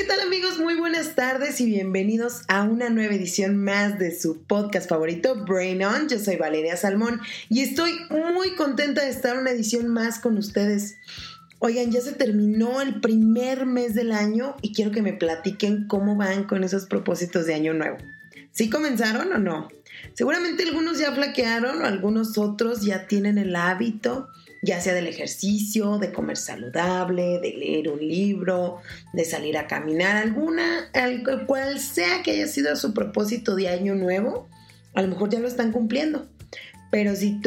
tal amigos? Muy buenas tardes y bienvenidos a una nueva edición más de su podcast favorito, Brain On. Yo soy Valeria Salmón y estoy muy contenta de estar una edición más con ustedes. Oigan, ya se terminó el primer mes del año y quiero que me platiquen cómo van con esos propósitos de año nuevo. ¿Sí comenzaron o no? Seguramente algunos ya flaquearon o algunos otros ya tienen el hábito, ya sea del ejercicio, de comer saludable, de leer un libro, de salir a caminar, cual sea que haya sido su propósito de año nuevo, a lo mejor ya lo están cumpliendo. Pero si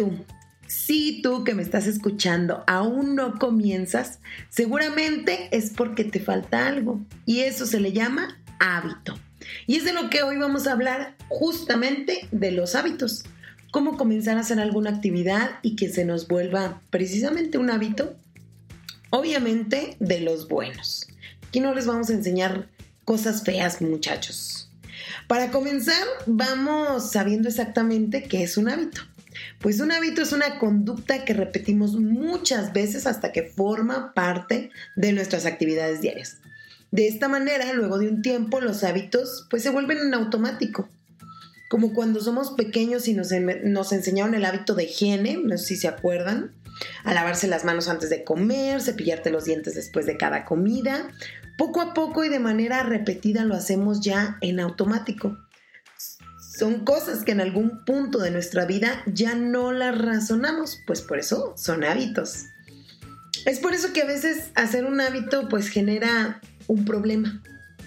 tú que me estás escuchando aún no comienzas, seguramente es porque te falta algo y eso se le llama hábito. Y es de lo que hoy vamos a hablar, justamente de los hábitos. Cómo comenzar a hacer alguna actividad y que se nos vuelva precisamente un hábito, obviamente de los buenos. Aquí no les vamos a enseñar cosas feas, muchachos. Para comenzar, vamos sabiendo exactamente qué es un hábito. Pues un hábito es una conducta que repetimos muchas veces hasta que forma parte de nuestras actividades diarias. De esta manera, luego de un tiempo, los hábitos pues se vuelven en automático. Como cuando somos pequeños y nos enseñaron el hábito de higiene, no sé si se acuerdan, a lavarse las manos antes de comer, cepillarte los dientes después de cada comida. Poco a poco y de manera repetida lo hacemos ya en automático. Son cosas que en algún punto de nuestra vida ya no las razonamos, pues por eso son hábitos. Es por eso que a veces hacer un hábito pues genera un problema.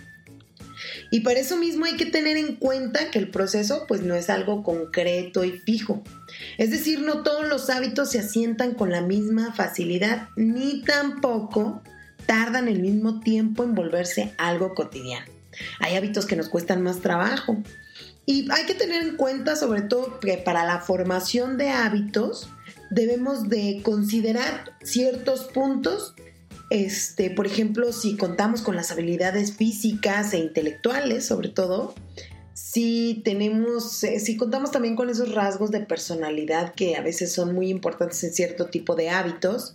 Y para eso mismo hay que tener en cuenta que el proceso pues no es algo concreto y fijo. Es decir, no todos los hábitos se asientan con la misma facilidad, ni tampoco tardan el mismo tiempo en volverse algo cotidiano. Hay hábitos que nos cuestan más trabajo. Y hay que tener en cuenta sobre todo que para la formación de hábitos debemos de considerar ciertos puntos. Por ejemplo, si contamos con las habilidades físicas e intelectuales, sobre todo, si contamos también con esos rasgos de personalidad que a veces son muy importantes en cierto tipo de hábitos,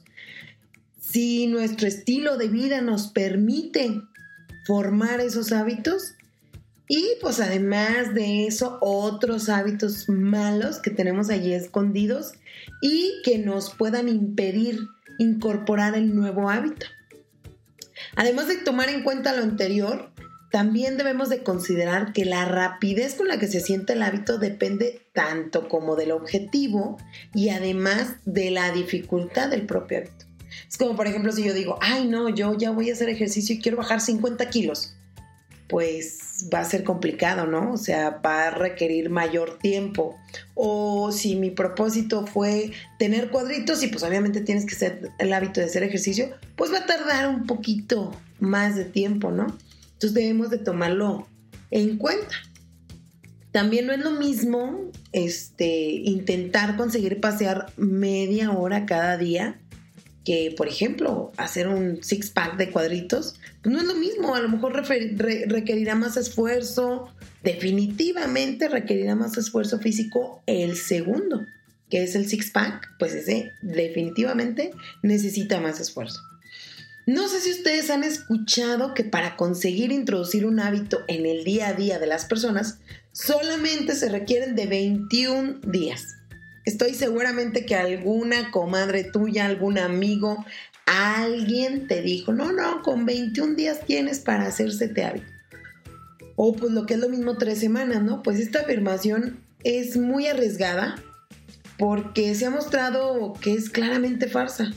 si nuestro estilo de vida nos permite formar esos hábitos y pues además de eso otros hábitos malos que tenemos allí escondidos y que nos puedan impedir incorporar el nuevo hábito. Además de tomar en cuenta lo anterior, también debemos de considerar que la rapidez con la que se siente el hábito depende tanto como del objetivo y además de la dificultad del propio hábito. Es como por ejemplo si yo digo, yo ya voy a hacer ejercicio y quiero bajar 50 kilos. Pues va a ser complicado, ¿no? O sea, va a requerir mayor tiempo. O si mi propósito fue tener cuadritos y pues obviamente tienes que hacer el hábito de hacer ejercicio, pues va a tardar un poquito más de tiempo, ¿no? Entonces debemos de tomarlo en cuenta. También no es lo mismo intentar conseguir pasear media hora cada día que, por ejemplo, hacer un six-pack de cuadritos, pues no es lo mismo, a lo mejor requerirá más esfuerzo, definitivamente requerirá más esfuerzo físico el segundo, que es el six-pack, pues ese definitivamente necesita más esfuerzo. No sé si ustedes han escuchado que para conseguir introducir un hábito en el día a día de las personas, solamente se requieren de 21 días. Estoy seguramente que alguna comadre tuya, algún amigo, alguien te dijo, no, con 21 días tienes para hacerse este hábito. O pues lo que es lo mismo 3 semanas, ¿no? Pues esta afirmación es muy arriesgada porque se ha mostrado que es claramente farsa.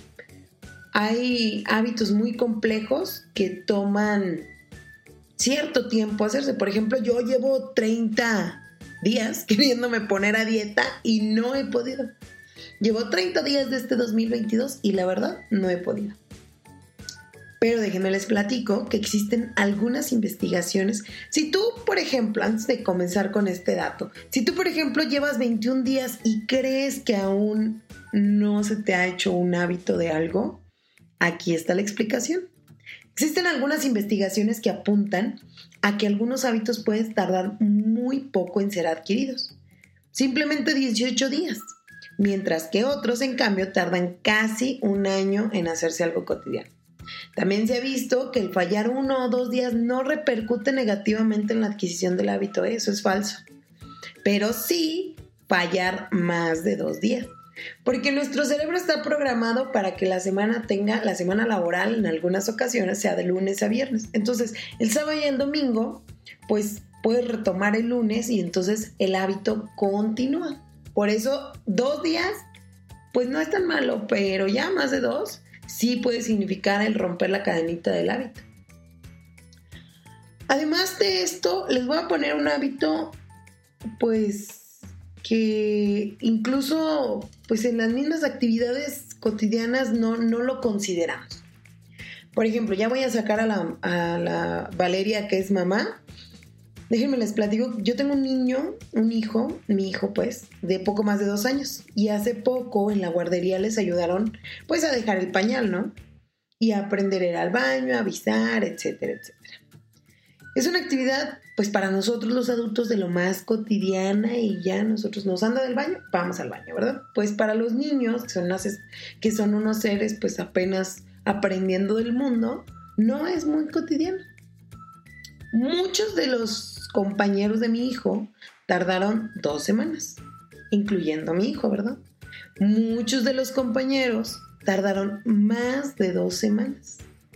Hay hábitos muy complejos que toman cierto tiempo hacerse. Por ejemplo, yo llevo 30 días queriéndome poner a dieta y no he podido. Llevo 30 días de este 2022 y la verdad no he podido. Pero déjenme les platico que existen algunas investigaciones. Si tú, por ejemplo, antes de comenzar con este dato, si tú, por ejemplo, llevas 21 días y crees que aún no se te ha hecho un hábito de algo, aquí está la explicación. Existen algunas investigaciones que apuntan a que algunos hábitos pueden tardar muy poco en ser adquiridos, simplemente 18 días, mientras que otros, en cambio, tardan casi un año en hacerse algo cotidiano. También se ha visto que el fallar 1 o 2 días no repercute negativamente en la adquisición del hábito. Eso es falso. Pero sí fallar más de 2 días. Porque nuestro cerebro está programado para que la semana laboral en algunas ocasiones sea de lunes a viernes. Entonces, el sábado y el domingo, pues puedes retomar el lunes y entonces el hábito continúa. Por eso, 2 días, pues no es tan malo, pero ya más de 2 sí puede significar el romper la cadenita del hábito. Además de esto, les voy a poner un hábito, pues, que incluso pues en las mismas actividades cotidianas no lo consideramos. Por ejemplo, ya voy a sacar a la Valeria, que es mamá. Déjenme les platico, yo tengo mi hijo pues, de poco más de 2 años. Y hace poco en la guardería les ayudaron pues a dejar el pañal, ¿no? Y a aprender a ir al baño, a avisar, etcétera, etcétera. Es una actividad, pues para nosotros los adultos, de lo más cotidiana y ya nosotros nos anda del baño, vamos al baño, ¿verdad? Pues para los niños, que son unos seres pues apenas aprendiendo del mundo, no es muy cotidiano. Muchos de los compañeros de mi hijo tardaron 2 semanas, incluyendo a mi hijo, ¿verdad? Muchos de los compañeros tardaron más de 2 semanas.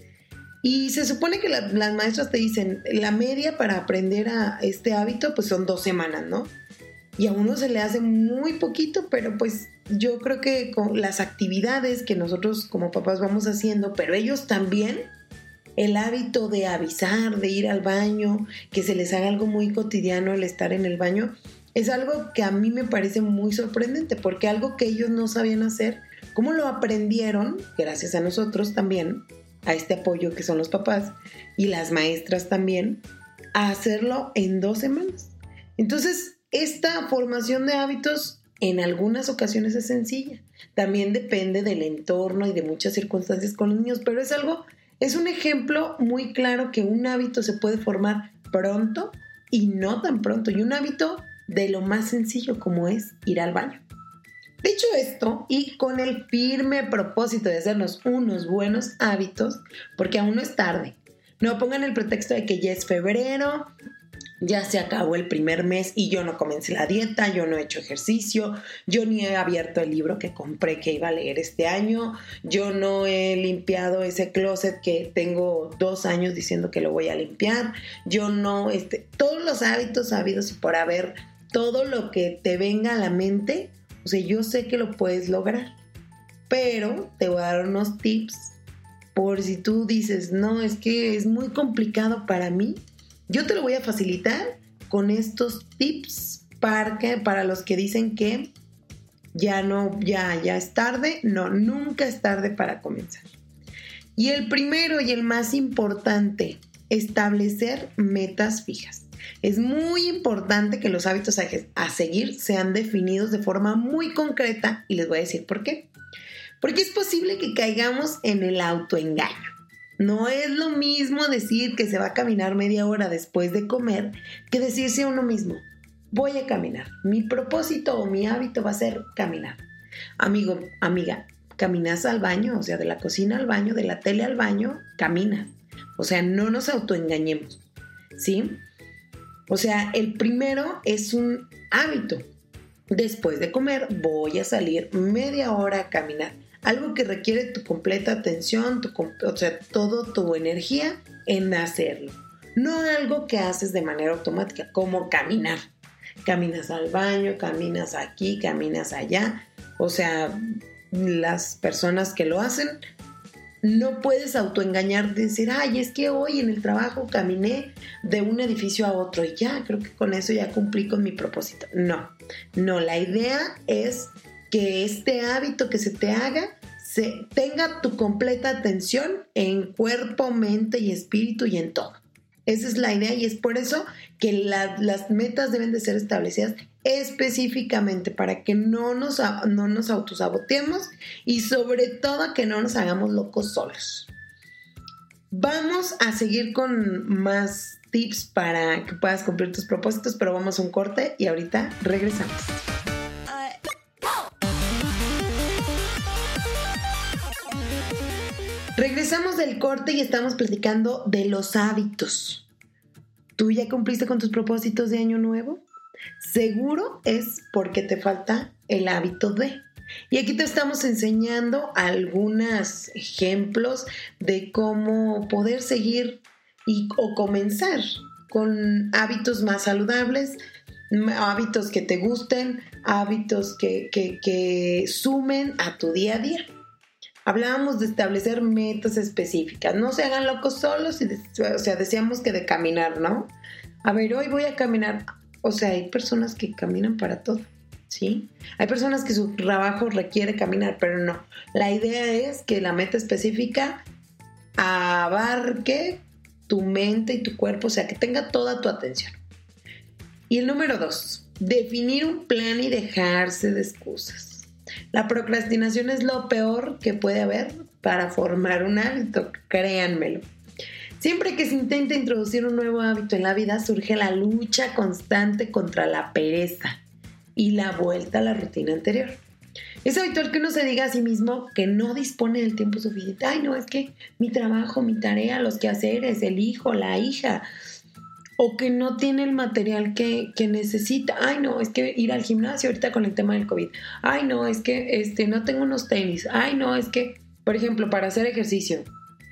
Y se supone que las maestras te dicen, la media para aprender a este hábito pues son 2 semanas, ¿no? Y a uno se le hace muy poquito, pero pues yo creo que con las actividades que nosotros como papás vamos haciendo, pero ellos también, el hábito de avisar, de ir al baño, que se les haga algo muy cotidiano el estar en el baño, es algo que a mí me parece muy sorprendente, porque algo que ellos no sabían hacer, ¿cómo lo aprendieron? Gracias a nosotros también, a este apoyo que son los papás y las maestras también, a hacerlo en 2 semanas. Entonces, esta formación de hábitos en algunas ocasiones es sencilla. También depende del entorno y de muchas circunstancias con los niños, pero es un ejemplo muy claro que un hábito se puede formar pronto y no tan pronto. Y un hábito de lo más sencillo como es ir al baño. Dicho esto, y con el firme propósito de hacernos unos buenos hábitos, porque aún no es tarde, no pongan el pretexto de que ya es febrero, ya se acabó el primer mes y yo no comencé la dieta, yo no he hecho ejercicio, yo ni he abierto el libro que compré que iba a leer este año, yo no he limpiado ese closet que tengo 2 años diciendo que lo voy a limpiar, yo no, todos los hábitos habidos y por haber, todo lo que te venga a la mente. O sea, yo sé que lo puedes lograr, pero te voy a dar unos tips por si tú dices, no, es que es muy complicado para mí. Yo te lo voy a facilitar con estos tips para los que dicen que ya es tarde. No, nunca es tarde para comenzar. Y el primero y el más importante, establecer metas fijas. Es muy importante que los hábitos a seguir sean definidos de forma muy concreta y les voy a decir por qué. Porque es posible que caigamos en el autoengaño. No es lo mismo decir que se va a caminar media hora después de comer que decirse a uno mismo, voy a caminar. Mi propósito o mi hábito va a ser caminar. Amigo, amiga, caminas al baño, o sea, de la cocina al baño, de la tele al baño, caminas. O sea, no nos autoengañemos, ¿sí? O sea, el primero es un hábito. Después de comer voy a salir media hora a caminar. Algo que requiere tu completa atención, o sea, toda tu energía en hacerlo. No algo que haces de manera automática, como caminar. Caminas al baño, caminas aquí, caminas allá. O sea, las personas que lo hacen, no puedes autoengañarte y decir, ay, es que hoy en el trabajo caminé de un edificio a otro y ya, creo que con eso ya cumplí con mi propósito. No, la idea es que este hábito que se te haga tenga tu completa atención en cuerpo, mente y espíritu y en todo. Esa es la idea y es por eso que las metas deben de ser establecidas específicamente para que no nos autosaboteemos y sobre todo que no nos hagamos locos solos. Vamos a seguir con más tips para que puedas cumplir tus propósitos, pero vamos a un corte y ahorita regresamos. Regresamos del corte y estamos platicando de los hábitos. ¿Tú ya cumpliste con tus propósitos de año nuevo? Seguro es porque te falta el hábito de. Y aquí te estamos enseñando algunos ejemplos de cómo poder seguir o comenzar con hábitos más saludables, hábitos que te gusten, hábitos que sumen a tu día a día. Hablábamos de establecer metas específicas. No se hagan locos solos, decíamos que de caminar, ¿no? A ver, hoy voy a caminar. O sea, hay personas que caminan para todo, ¿sí? Hay personas que su trabajo requiere caminar, pero no. La idea es que la meta específica abarque tu mente y tu cuerpo, o sea, que tenga toda tu atención. Y el número 2, definir un plan y dejarse de excusas. La procrastinación es lo peor que puede haber para formar un hábito, créanmelo. Siempre que se intenta introducir un nuevo hábito en la vida, surge la lucha constante contra la pereza y la vuelta a la rutina anterior. Es habitual que uno se diga a sí mismo que no dispone del tiempo suficiente. Ay, no, es que mi trabajo, mi tarea, los quehaceres, el hijo, la hija, o que no tiene el material que necesita. Ay, no, es que ir al gimnasio ahorita con el tema del COVID. Ay, no, es que no tengo unos tenis. Ay, no, es que, por ejemplo, para hacer ejercicio,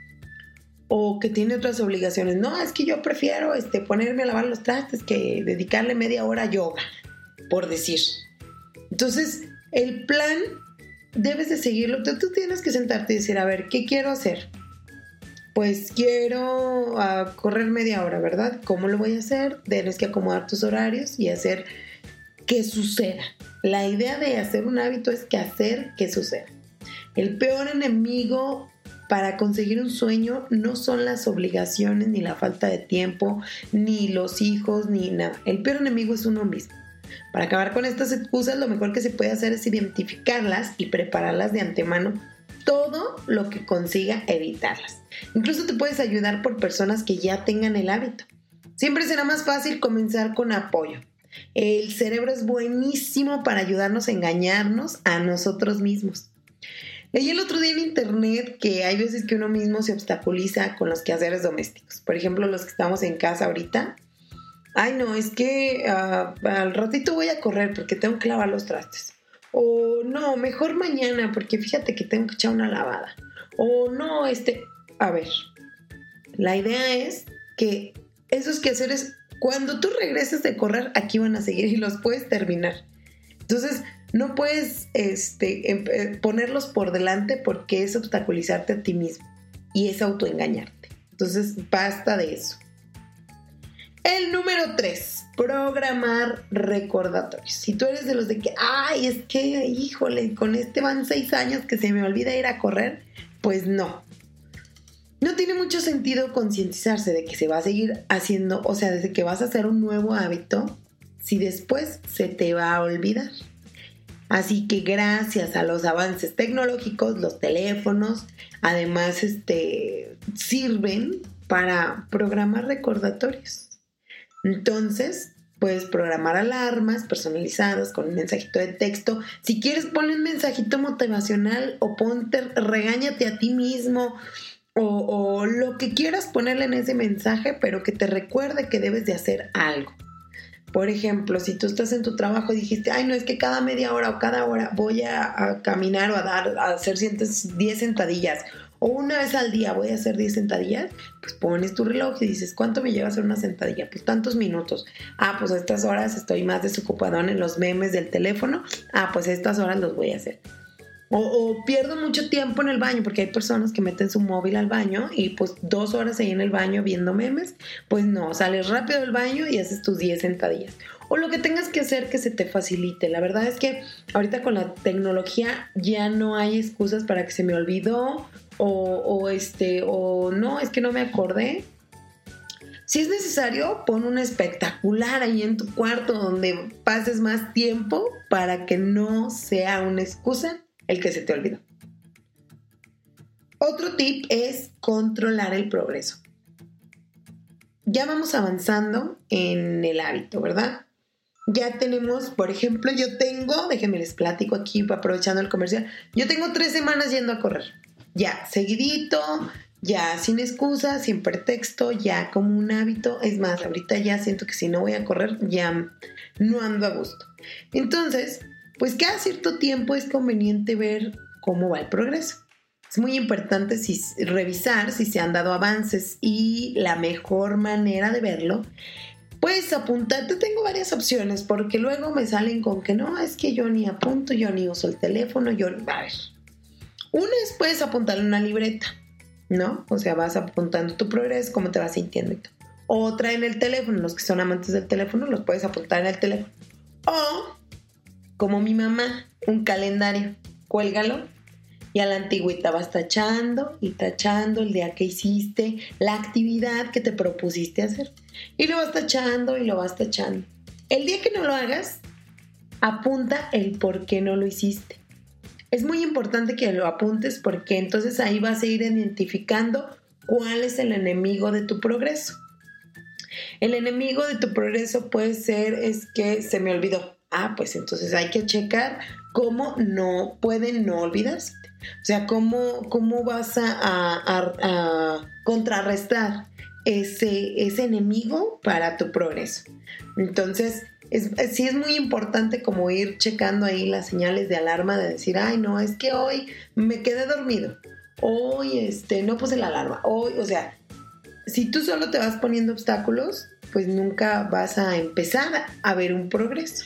o que tiene otras obligaciones. No, es que yo prefiero ponerme a lavar los trastes que dedicarle media hora a yoga, por decir. Entonces, el plan debes de seguirlo. Tú tienes que sentarte y decir, a ver, ¿qué quiero hacer? Pues quiero correr media hora, ¿verdad? ¿Cómo lo voy a hacer? Tienes que acomodar tus horarios y hacer que suceda. La idea de hacer un hábito es que hacer que suceda. El peor enemigo para conseguir un sueño no son las obligaciones, ni la falta de tiempo, ni los hijos, ni nada. El peor enemigo es uno mismo. Para acabar con estas excusas, lo mejor que se puede hacer es identificarlas y prepararlas de antemano, todo lo que consiga evitarlas. Incluso te puedes ayudar por personas que ya tengan el hábito. Siempre será más fácil comenzar con apoyo. El cerebro es buenísimo para ayudarnos a engañarnos a nosotros mismos. Leí el otro día en internet que hay veces que uno mismo se obstaculiza con los quehaceres domésticos. Por ejemplo, los que estamos en casa ahorita. Ay, no, es que al ratito voy a correr porque tengo que lavar los trastes. O no, mejor mañana porque fíjate que tengo que echar una lavada. O no, a ver, la idea es que esos quehaceres, cuando tú regreses de correr, aquí van a seguir y los puedes terminar. Entonces, no puedes ponerlos por delante porque es obstaculizarte a ti mismo y es autoengañarte. Entonces, basta de eso. El número 3, programar recordatorios. Si tú eres de los de que, ay, es que, híjole, con van 6 años que se me olvida ir a correr, pues no. No tiene mucho sentido concientizarse de que se va a seguir haciendo, o sea, desde que vas a hacer un nuevo hábito, si después se te va a olvidar. Así que gracias a los avances tecnológicos, los teléfonos, además sirven para programar recordatorios. Entonces, puedes programar alarmas personalizadas con un mensajito de texto. Si quieres, ponle un mensajito motivacional o regáñate a ti mismo o lo que quieras ponerle en ese mensaje, pero que te recuerde que debes de hacer algo. Por ejemplo, si tú estás en tu trabajo y dijiste, ay, no, es que cada media hora o cada hora voy a caminar o a hacer 10 sentadillas, o una vez al día voy a hacer 10 sentadillas, pues pones tu reloj y dices, ¿cuánto me lleva a hacer una sentadilla? Pues tantos minutos. Ah, pues a estas horas estoy más desocupadón en los memes del teléfono. Ah, pues a estas horas los voy a hacer. O pierdo mucho tiempo en el baño, porque hay personas que meten su móvil al baño y pues 2 horas ahí en el baño viendo memes. Pues no, sales rápido del baño y haces tus 10 sentadillas. O lo que tengas que hacer que se te facilite. La verdad es que ahorita con la tecnología ya no hay excusas para que se me olvidó o no, es que no me acordé. Si es necesario, pon un espectacular ahí en tu cuarto donde pases más tiempo para que no sea una excusa el que se te olvidó. Otro tip es controlar el progreso. Ya vamos avanzando en el hábito, ¿verdad? Ya tenemos, por ejemplo, déjenme les platico aquí aprovechando el comercial, yo tengo 3 semanas yendo a correr. ya seguidito, ya sin excusa, sin pretexto, ya como un hábito. Es más, ahorita ya siento que si no voy a correr, ya no ando a gusto. Entonces, pues cada cierto tiempo es conveniente ver cómo va el progreso. Es muy importante revisar si se han dado avances, y la mejor manera de verlo, pues apuntarte. Tengo varias opciones, porque luego me salen con que no, es que yo ni apunto, yo ni uso el teléfono, a ver. Una es, puedes apuntarle una libreta, ¿no? O sea, vas apuntando tu progreso, cómo te vas sintiendo y todo. Otra en el teléfono, los que son amantes del teléfono, los puedes apuntar en el teléfono. O, como mi mamá, un calendario, cuélgalo y a la antigüita vas tachando y tachando el día que hiciste la actividad que te propusiste hacer. Y lo vas tachando y lo vas tachando. El día que no lo hagas, apunta el por qué no lo hiciste. Es muy importante que lo apuntes, porque entonces ahí vas a ir identificando cuál es el enemigo de tu progreso. El enemigo de tu progreso puede ser, es que se me olvidó. Pues entonces hay que checar cómo no pueden no olvidarse. O sea, cómo vas a contrarrestar ese enemigo para tu progreso. Entonces, sí es muy importante como ir checando ahí las señales de alarma de decir, ay, no, es que hoy me quedé dormido, hoy no puse la alarma, hoy, o sea, si tú solo te vas poniendo obstáculos, pues nunca vas a empezar a ver un progreso.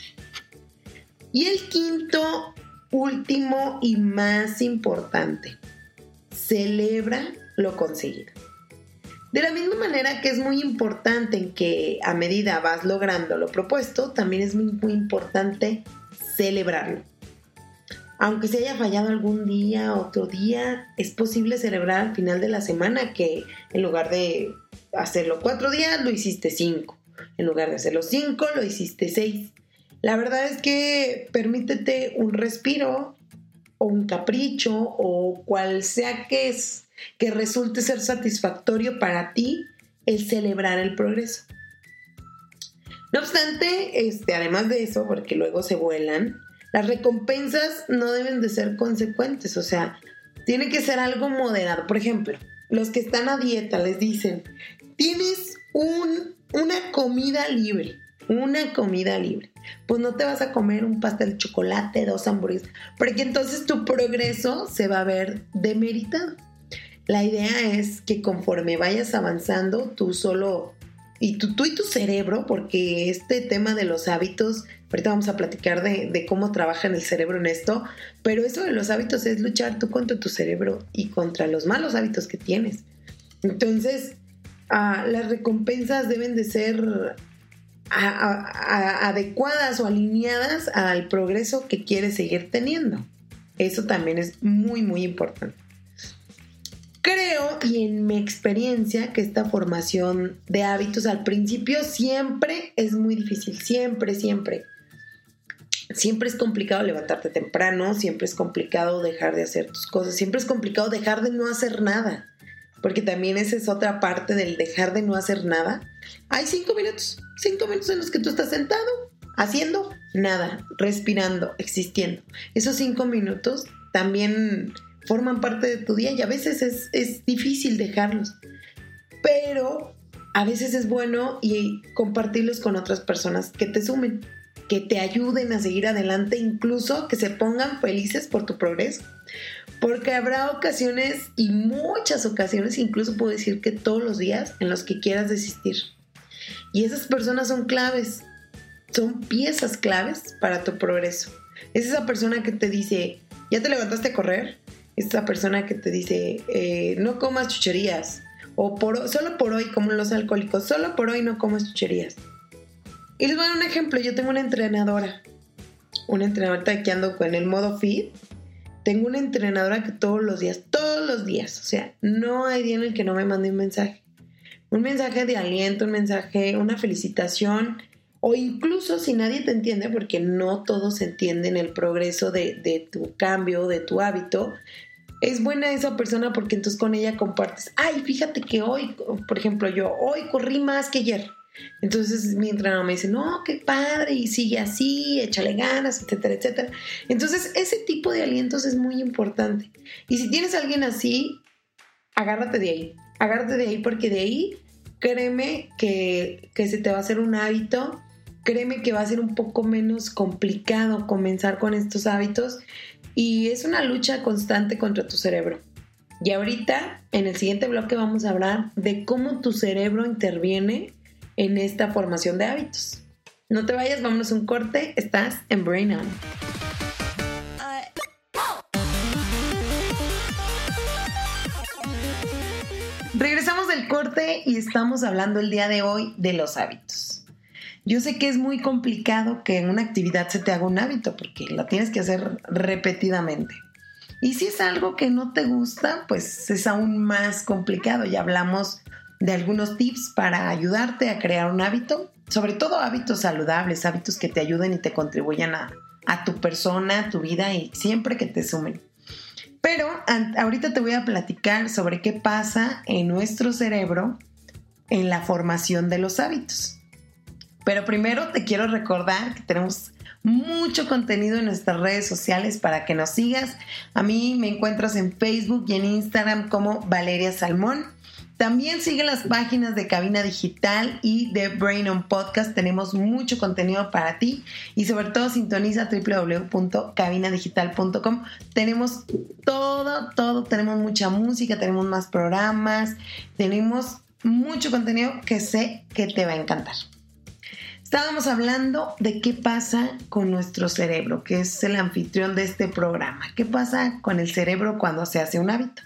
Y el quinto, último y más importante, celebra lo conseguido. De la misma manera que es muy importante en que a medida vas logrando lo propuesto, también es muy, muy importante celebrarlo. Aunque se haya fallado algún día, otro día, es posible celebrar al final de la semana que en lugar de hacerlo 4 días, lo hiciste 5. En lugar de hacerlo 5, lo hiciste 6. La verdad es que permítete un respiro o un capricho o cual sea que resulte ser satisfactorio para ti el celebrar el progreso. No obstante, además de eso, porque luego se vuelan, las recompensas no deben de ser consecuentes, o sea, tiene que ser algo moderado. Por ejemplo, los que están a dieta les dicen, tienes una comida libre. Pues no te vas a comer un pastel de chocolate, 2 hamburguesas, porque entonces tu progreso se va a ver demeritado. La idea es que conforme vayas avanzando, tú y tu cerebro, porque este tema de los hábitos, ahorita vamos a platicar de cómo trabaja en el cerebro en esto, pero eso de los hábitos es luchar tú contra tu cerebro y contra los malos hábitos que tienes. Entonces, las recompensas deben de ser adecuadas o alineadas al progreso que quieres seguir teniendo. Eso también es muy, muy importante. Creo, y en mi experiencia, que esta formación de hábitos al principio siempre es muy difícil. Siempre es complicado levantarte temprano, siempre es complicado dejar de hacer tus cosas, siempre es complicado dejar de no hacer nada, porque también esa es otra parte del dejar de no hacer nada. Hay 5 minutos en los que tú estás sentado, haciendo nada, respirando, existiendo. Esos 5 minutos también forman parte de tu día y a veces es difícil dejarlos, pero a veces es bueno y compartirlos con otras personas que te sumen, que te ayuden a seguir adelante, incluso que se pongan felices por tu progreso, porque habrá ocasiones, y muchas ocasiones, incluso puedo decir que todos los días, en los que quieras desistir, y esas personas son claves, son piezas claves para tu progreso. Es esa persona que te dice, ¿ya te levantaste a correr? Es esa persona que te dice, no comas chucherías, o solo por hoy, como los alcohólicos, solo por hoy no comas chucherías. Y les voy a dar un ejemplo. Yo tengo una entrenadora que ando con el modo fit. Tengo una entrenadora que todos los días, o sea, no hay día en el que no me mande un mensaje de aliento, un mensaje, una felicitación, o incluso si nadie te entiende, porque no todos entienden el progreso de tu cambio, de tu hábito. Es buena esa persona porque entonces con ella compartes, ay, fíjate que hoy, por ejemplo, yo hoy corrí más que ayer. Entonces mi entrenador me dice, no, qué padre, y sigue así, échale ganas, etcétera, etcétera. Entonces ese tipo de alientos es muy importante. Y si tienes a alguien así, agárrate de ahí porque de ahí créeme que se te va a hacer un hábito, créeme que va a ser un poco menos complicado comenzar con estos hábitos y es una lucha constante contra tu cerebro. Y ahorita, en el siguiente bloque vamos a hablar de cómo tu cerebro interviene en esta formación de hábitos. No te vayas, vámonos a un corte, estás en Brain On. Regresamos del corte y estamos hablando el día de hoy de los hábitos. Yo sé que es muy complicado que en una actividad se te haga un hábito porque la tienes que hacer repetidamente. Y si es algo que no te gusta, pues es aún más complicado. Ya hablamos de algunos tips para ayudarte a crear un hábito, sobre todo hábitos saludables, hábitos que te ayuden y te contribuyan a tu persona, a tu vida y siempre que te sumen. Pero ahorita te voy a platicar sobre qué pasa en nuestro cerebro en la formación de los hábitos. Pero primero te quiero recordar que tenemos mucho contenido en nuestras redes sociales para que nos sigas. A mí me encuentras en Facebook y en Instagram como Valeria Salmón. También sigue las páginas de Cabina Digital y de Brain On Podcast. Tenemos mucho contenido para ti y sobre todo sintoniza www.cabinadigital.com. Tenemos todo. Tenemos mucha música, tenemos más programas, tenemos mucho contenido que sé que te va a encantar. Estábamos hablando de qué pasa con nuestro cerebro, que es el anfitrión de este programa. ¿Qué pasa con el cerebro cuando se hace un hábito?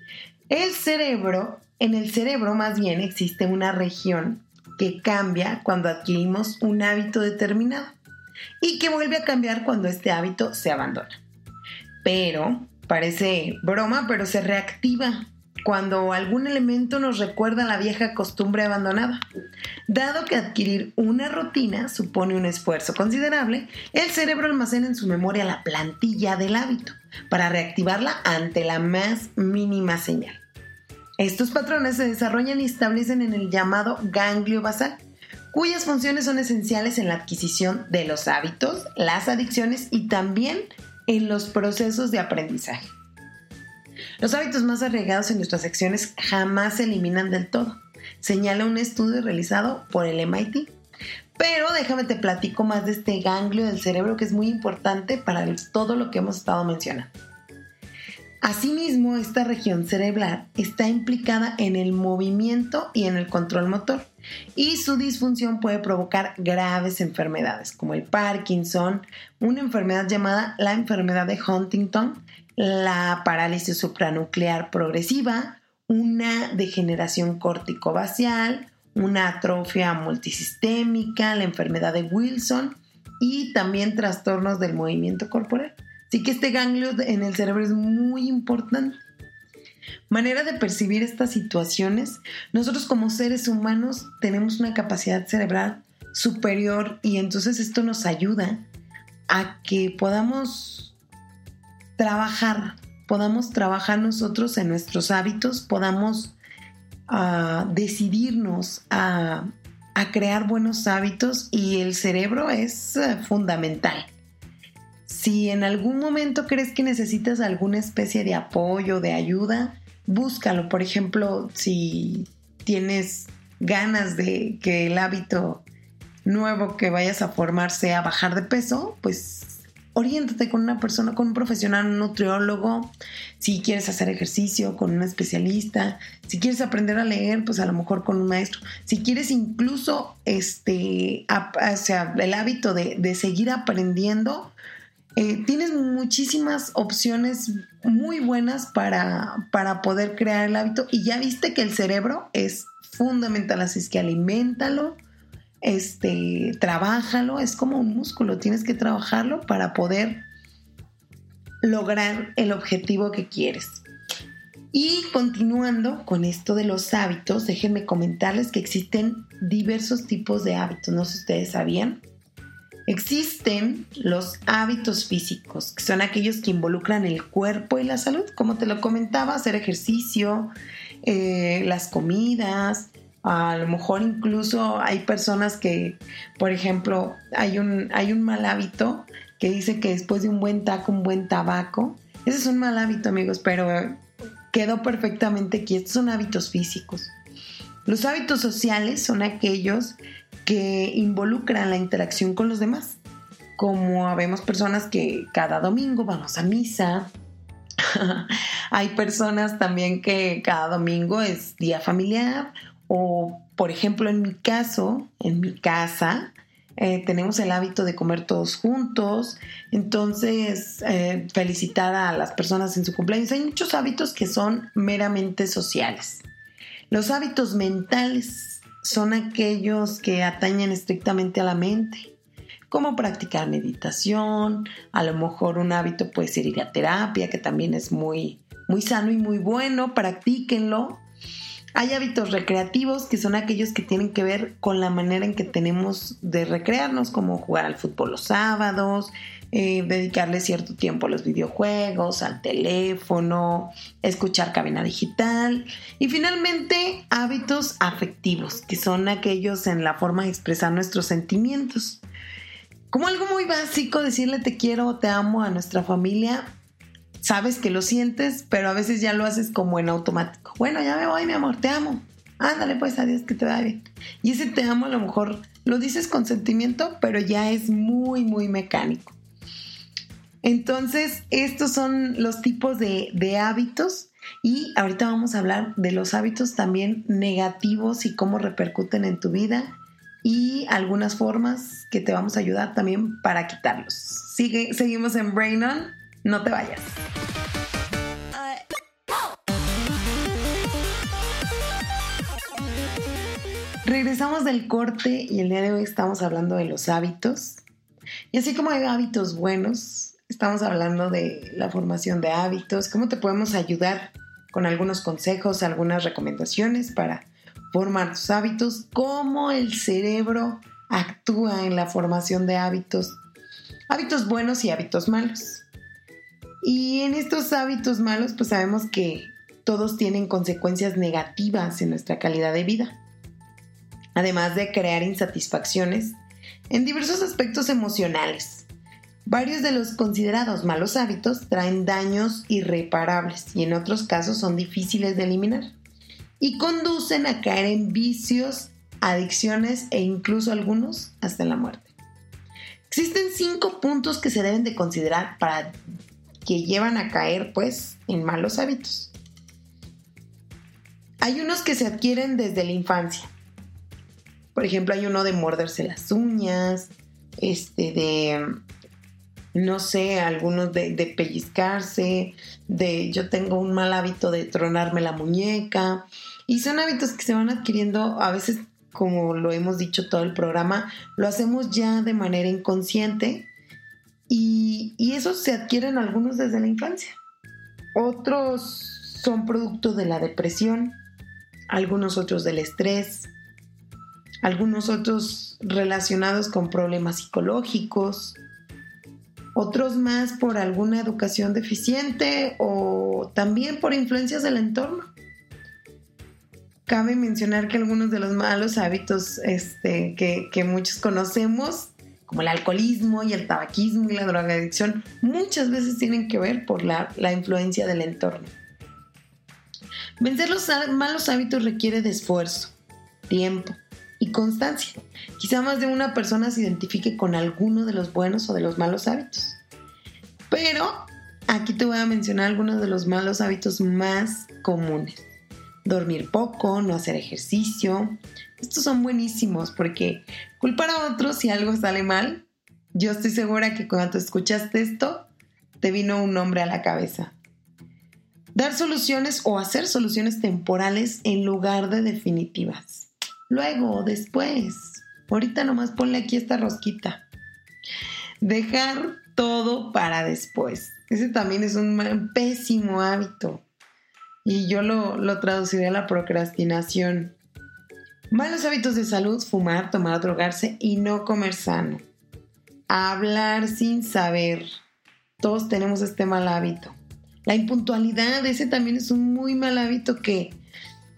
En el cerebro más bien existe una región que cambia cuando adquirimos un hábito determinado y que vuelve a cambiar cuando este hábito se abandona. Pero, parece broma, pero se reactiva cuando algún elemento nos recuerda a la vieja costumbre abandonada. Dado que adquirir una rutina supone un esfuerzo considerable, el cerebro almacena en su memoria la plantilla del hábito para reactivarla ante la más mínima señal. Estos patrones se desarrollan y establecen en el llamado ganglio basal, cuyas funciones son esenciales en la adquisición de los hábitos, las adicciones y también en los procesos de aprendizaje. Los hábitos más arraigados en nuestras acciones jamás se eliminan del todo, señala un estudio realizado por el MIT. Pero déjame te platico más de este ganglio del cerebro que es muy importante para todo lo que hemos estado mencionando. Asimismo, esta región cerebral está implicada en el movimiento y en el control motor, y su disfunción puede provocar graves enfermedades como el Parkinson, una enfermedad llamada la enfermedad de Huntington, la parálisis supranuclear progresiva, una degeneración córtico-vacial, una atrofia multisistémica, la enfermedad de Wilson y también trastornos del movimiento corporal. Así que este ganglio en el cerebro es muy importante. Manera de percibir estas situaciones, nosotros como seres humanos tenemos una capacidad cerebral superior y entonces esto nos ayuda a que podamos trabajar nosotros en nuestros hábitos, podamos decidirnos a crear buenos hábitos y el cerebro es fundamental. Si en algún momento crees que necesitas alguna especie de apoyo, de ayuda, búscalo. Por ejemplo, si tienes ganas de que el hábito nuevo que vayas a formar sea bajar de peso, pues oriéntate con una persona, con un profesional, un nutriólogo. Si quieres hacer ejercicio, con un especialista. Si quieres aprender a leer, pues a lo mejor con un maestro. Si quieres incluso el hábito de seguir aprendiendo, tienes muchísimas opciones muy buenas para poder crear el hábito. Y ya viste que el cerebro es fundamental, así es que aliméntalo, trabájalo, es como un músculo, tienes que trabajarlo para poder lograr el objetivo que quieres. Y continuando con esto de los hábitos, déjenme comentarles que existen diversos tipos de hábitos, no sé si ustedes sabían. Existen los hábitos físicos, que son aquellos que involucran el cuerpo y la salud, como te lo comentaba, hacer ejercicio, las comidas, A lo mejor incluso hay personas que, por ejemplo, hay un mal hábito que dice que después de un buen taco, un buen tabaco. Ese es un mal hábito, amigos, pero quedó perfectamente aquí. Estos son hábitos físicos. Los hábitos sociales son aquellos que involucran la interacción con los demás. Como habemos personas que cada domingo vamos a misa. Hay personas también que cada domingo es día familiar. O, por ejemplo, en mi caso, en mi casa, tenemos el hábito de comer todos juntos. Entonces, felicitar a las personas en su cumpleaños. Hay muchos hábitos que son meramente sociales. Los hábitos mentales son aquellos que atañen estrictamente a la mente, como practicar meditación. A lo mejor un hábito puede ser ir a terapia, que también es muy, muy sano y muy bueno. Practíquenlo. Hay hábitos recreativos, que son aquellos que tienen que ver con la manera en que tenemos de recrearnos, como jugar al fútbol los sábados, dedicarle cierto tiempo a los videojuegos, al teléfono, escuchar cabina digital. Y finalmente, hábitos afectivos, que son aquellos en la forma de expresar nuestros sentimientos. Como algo muy básico, decirle te quiero o te amo a nuestra familia. Sabes que lo sientes, pero a veces ya lo haces como en automático. Bueno, ya me voy, mi amor, te amo. Ándale pues, adiós, que te vaya bien. Y ese te amo a lo mejor lo dices con sentimiento, pero ya es muy, muy mecánico. Entonces, estos son los tipos de hábitos. Y ahorita vamos a hablar de los hábitos también negativos y cómo repercuten en tu vida. Y algunas formas que te vamos a ayudar también para quitarlos. Seguimos en Brain On. No te vayas. Regresamos del corte y el día de hoy estamos hablando de los hábitos. Y así como hay hábitos buenos, estamos hablando de la formación de hábitos, cómo te podemos ayudar con algunos consejos, algunas recomendaciones para formar tus hábitos, cómo el cerebro actúa en la formación de hábitos buenos y hábitos malos. Y en estos hábitos malos, pues sabemos que todos tienen consecuencias negativas en nuestra calidad de vida, además de crear insatisfacciones en diversos aspectos emocionales. Varios de los considerados malos hábitos traen daños irreparables y en otros casos son difíciles de eliminar y conducen a caer en vicios, adicciones e incluso algunos hasta en la muerte. Existen 5 puntos que se deben de considerar para que llevan a caer pues en malos hábitos. Hay unos que se adquieren desde la infancia. Por ejemplo, hay uno de morderse las uñas, algunos de pellizcarse, yo tengo un mal hábito de tronarme la muñeca. Y son hábitos que se van adquiriendo a veces, como lo hemos dicho todo el programa, lo hacemos ya de manera inconsciente. Y esos se adquieren algunos desde la infancia. Otros son producto de la depresión, algunos otros del estrés, algunos otros relacionados con problemas psicológicos, otros más por alguna educación deficiente o también por influencias del entorno. Cabe mencionar que algunos de los malos hábitos que muchos conocemos, como el alcoholismo y el tabaquismo y la drogadicción, muchas veces tienen que ver por la influencia del entorno. Vencer los malos hábitos requiere de esfuerzo, tiempo y constancia. Quizá más de una persona se identifique con alguno de los buenos o de los malos hábitos. Pero aquí te voy a mencionar algunos de los malos hábitos más comunes. Dormir poco, no hacer ejercicio. Estos son buenísimos porque culpar a otros si algo sale mal. Yo estoy segura que cuando escuchaste esto, te vino un nombre a la cabeza. Dar soluciones o hacer soluciones temporales en lugar de definitivas. Luego, después. Ahorita nomás ponle aquí esta rosquita. Dejar todo para después. Ese también es un pésimo hábito. Y yo lo traduciré a la procrastinación. Malos hábitos de salud: fumar, tomar, drogarse y no comer sano. Hablar sin saber. Todos tenemos este mal hábito. La impuntualidad, ese también es un muy mal hábito que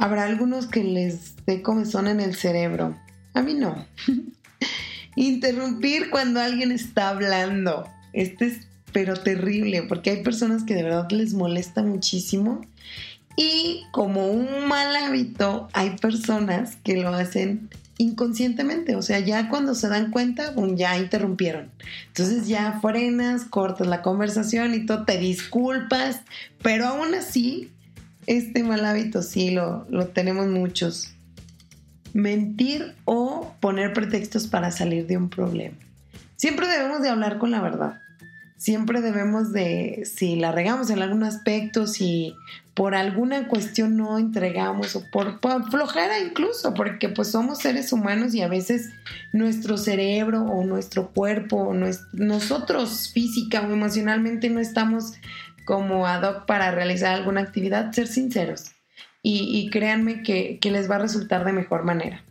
Habrá algunos que les dé comezón en el cerebro. A mí no. Interrumpir cuando alguien está hablando. Este es pero terrible, porque hay personas que de verdad les molesta muchísimo. Y como un mal hábito, hay personas que lo hacen inconscientemente. O sea, ya cuando se dan cuenta, ya interrumpieron. Entonces ya frenas, cortas la conversación y todo, te disculpas. Pero aún así, este mal hábito sí lo tenemos muchos. Mentir o poner pretextos para salir de un problema. Siempre debemos de hablar con la verdad. Siempre debemos de, si la regamos en algún aspecto, si por alguna cuestión no entregamos o por flojera incluso, porque pues somos seres humanos y a veces nuestro cerebro o nuestro cuerpo o nosotros física o emocionalmente no estamos como ad hoc para realizar alguna actividad, ser sinceros y créanme que les va a resultar de mejor manera.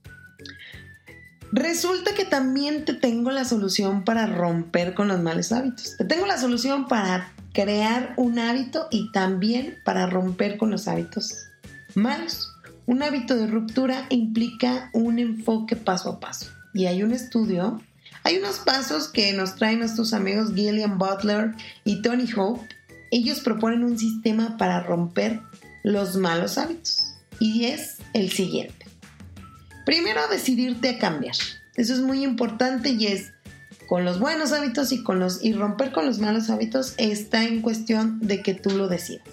Resulta que también te tengo la solución para romper con los malos hábitos. Te tengo la solución para crear un hábito y también para romper con los hábitos malos. Un hábito de ruptura implica un enfoque paso a paso. Y hay un estudio, hay unos pasos que nos traen nuestros amigos Gillian Butler y Tony Hope. Ellos proponen un sistema para romper los malos hábitos. Y es el siguiente. Primero, decidirte a cambiar. Eso es muy importante y es con los buenos hábitos y romper con los malos hábitos está en cuestión de que tú lo decidas.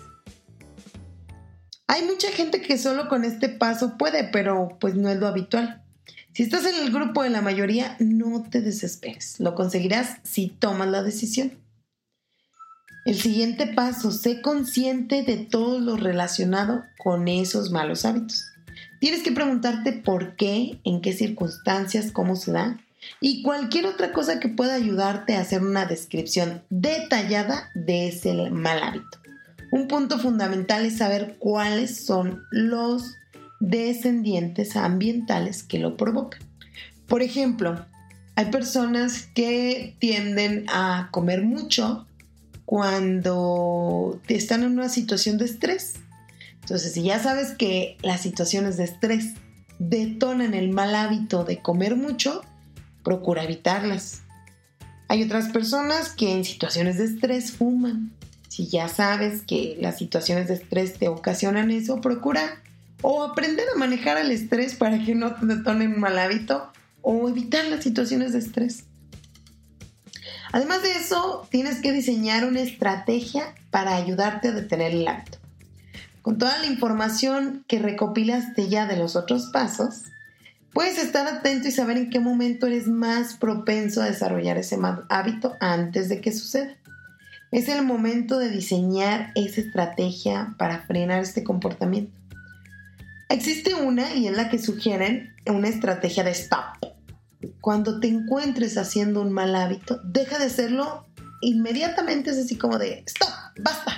Hay mucha gente que solo con este paso puede, pero pues no es lo habitual. Si estás en el grupo de la mayoría, no te desesperes. Lo conseguirás si tomas la decisión. El siguiente paso, sé consciente de todo lo relacionado con esos malos hábitos. Tienes que preguntarte por qué, en qué circunstancias, cómo se da y cualquier otra cosa que pueda ayudarte a hacer una descripción detallada de ese mal hábito. Un punto fundamental es saber cuáles son los descendientes ambientales que lo provocan. Por ejemplo, hay personas que tienden a comer mucho cuando están en una situación de estrés. Entonces, si ya sabes que las situaciones de estrés detonan el mal hábito de comer mucho, procura evitarlas. Hay otras personas que en situaciones de estrés fuman. Si ya sabes que las situaciones de estrés te ocasionan eso, procura o aprender a manejar el estrés para que no te detone un mal hábito o evitar las situaciones de estrés. Además de eso, tienes que diseñar una estrategia para ayudarte a detener el hábito. Con toda la información que recopilaste ya de los otros pasos, puedes estar atento y saber en qué momento eres más propenso a desarrollar ese mal hábito antes de que suceda. Es el momento de diseñar esa estrategia para frenar este comportamiento. Existe una, y es la que sugieren, una estrategia de stop. Cuando te encuentres haciendo un mal hábito, deja de hacerlo inmediatamente, es así como de stop, basta.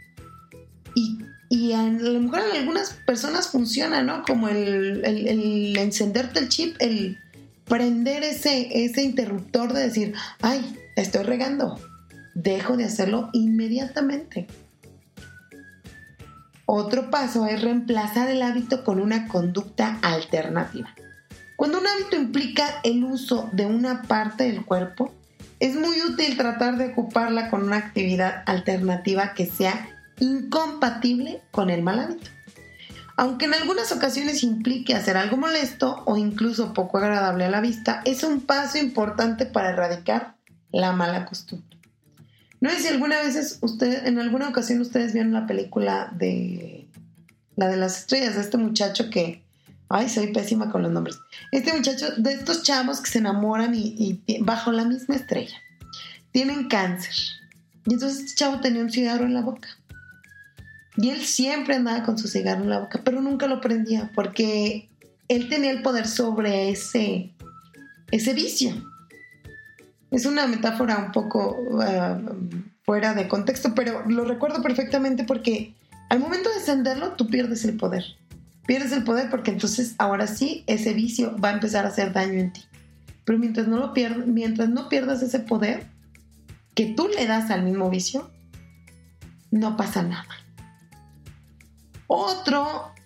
Y a lo mejor en algunas personas funciona, ¿no? Como el encenderte el chip, el prender ese interruptor de decir, ay, estoy regando, dejo de hacerlo inmediatamente. Otro paso es reemplazar el hábito con una conducta alternativa. Cuando un hábito implica el uso de una parte del cuerpo, es muy útil tratar de ocuparla con una actividad alternativa que sea incompatible con el mal hábito. Aunque en algunas ocasiones implique hacer algo molesto o incluso poco agradable a la vista, es un paso importante para erradicar la mala costumbre. No sé si en alguna ocasión ustedes vieron la película de la de las estrellas, de este muchacho que, ay, soy pésima con los nombres. Este muchacho, de estos chavos que se enamoran y bajo la misma estrella, tienen cáncer. Y entonces este chavo tenía un cigarro en la boca. Y él siempre andaba con su cigarro en la boca, pero nunca lo prendía porque él tenía el poder sobre ese vicio. Es una metáfora un poco fuera de contexto, pero lo recuerdo perfectamente porque al momento de encenderlo, tú pierdes el poder. Pierdes el poder porque entonces ahora sí ese vicio va a empezar a hacer daño en ti. Pero mientras no pierdas ese poder que tú le das al mismo vicio, no pasa nada. Otro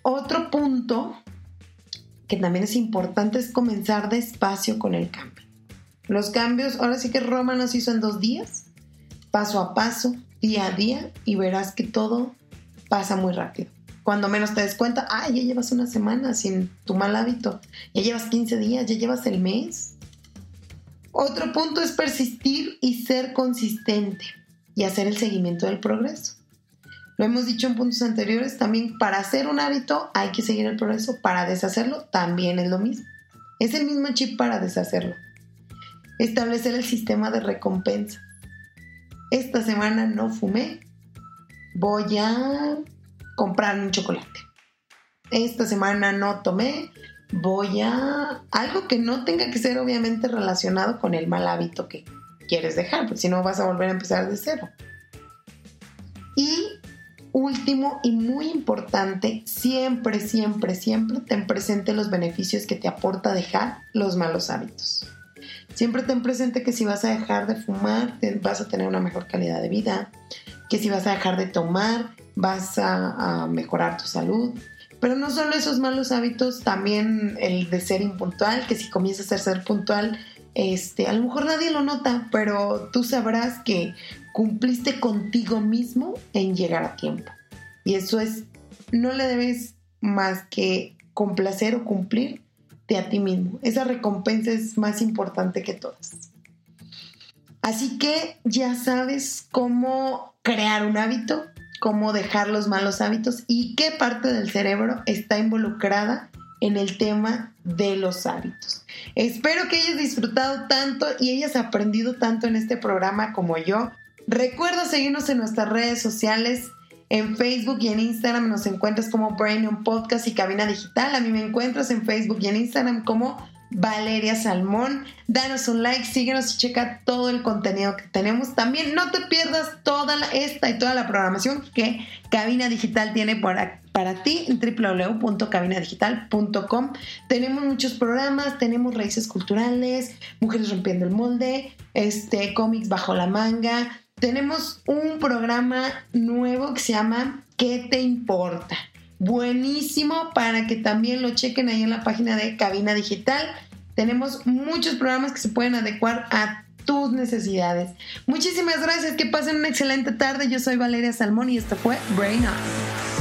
Otro punto que también es importante es comenzar despacio con el cambio. Los cambios, ahora sí que Roma nos hizo en 2 días, paso a paso, día a día, y verás que todo pasa muy rápido. Cuando menos te des cuenta, ya llevas una semana sin tu mal hábito, ya llevas 15 días, ya llevas el mes. Otro punto es persistir y ser consistente y hacer el seguimiento del progreso. Lo hemos dicho en puntos anteriores, también para hacer un hábito hay que seguir el progreso, para deshacerlo también es lo mismo. Es el mismo chip para deshacerlo. Establecer el sistema de recompensa. Esta semana no fumé, voy a comprar un chocolate. Esta semana no tomé, voy a... Algo que no tenga que ser obviamente relacionado con el mal hábito que quieres dejar, porque si no vas a volver a empezar de cero. Y último y muy importante, siempre ten presente los beneficios que te aporta dejar los malos hábitos. Siempre ten presente que si vas a dejar de fumar, vas a tener una mejor calidad de vida, que si vas a dejar de tomar, vas a mejorar tu salud. Pero no solo esos malos hábitos, también el de ser impuntual, que si comienzas a ser puntual, a lo mejor nadie lo nota, pero tú sabrás que cumpliste contigo mismo en llegar a tiempo. Y eso es, no le debes más que complacer o cumplirte a ti mismo. Esa recompensa es más importante que todas. Así que ya sabes cómo crear un hábito, cómo dejar los malos hábitos y qué parte del cerebro está involucrada en el tema de los hábitos. Espero que hayas disfrutado tanto y hayas aprendido tanto en este programa como yo. Recuerda seguirnos en nuestras redes sociales. En Facebook y en Instagram nos encuentras como Brain On Podcast y Cabina Digital. A mí me encuentras en Facebook y en Instagram como Valeria Salmón. Danos un like, síguenos y checa todo el contenido que tenemos. También no te pierdas toda esta y toda la programación que Cabina Digital tiene para ti en www.cabinadigital.com. Tenemos muchos programas, tenemos Raíces Culturales, Mujeres Rompiendo el Molde, cómics bajo la manga. Tenemos un programa nuevo que se llama ¿Qué te importa? Buenísimo para que también lo chequen ahí en la página de Cabina Digital. Tenemos muchos programas que se pueden adecuar a tus necesidades. Muchísimas gracias, que pasen una excelente tarde. Yo soy Valeria Salmón y esto fue Brain On.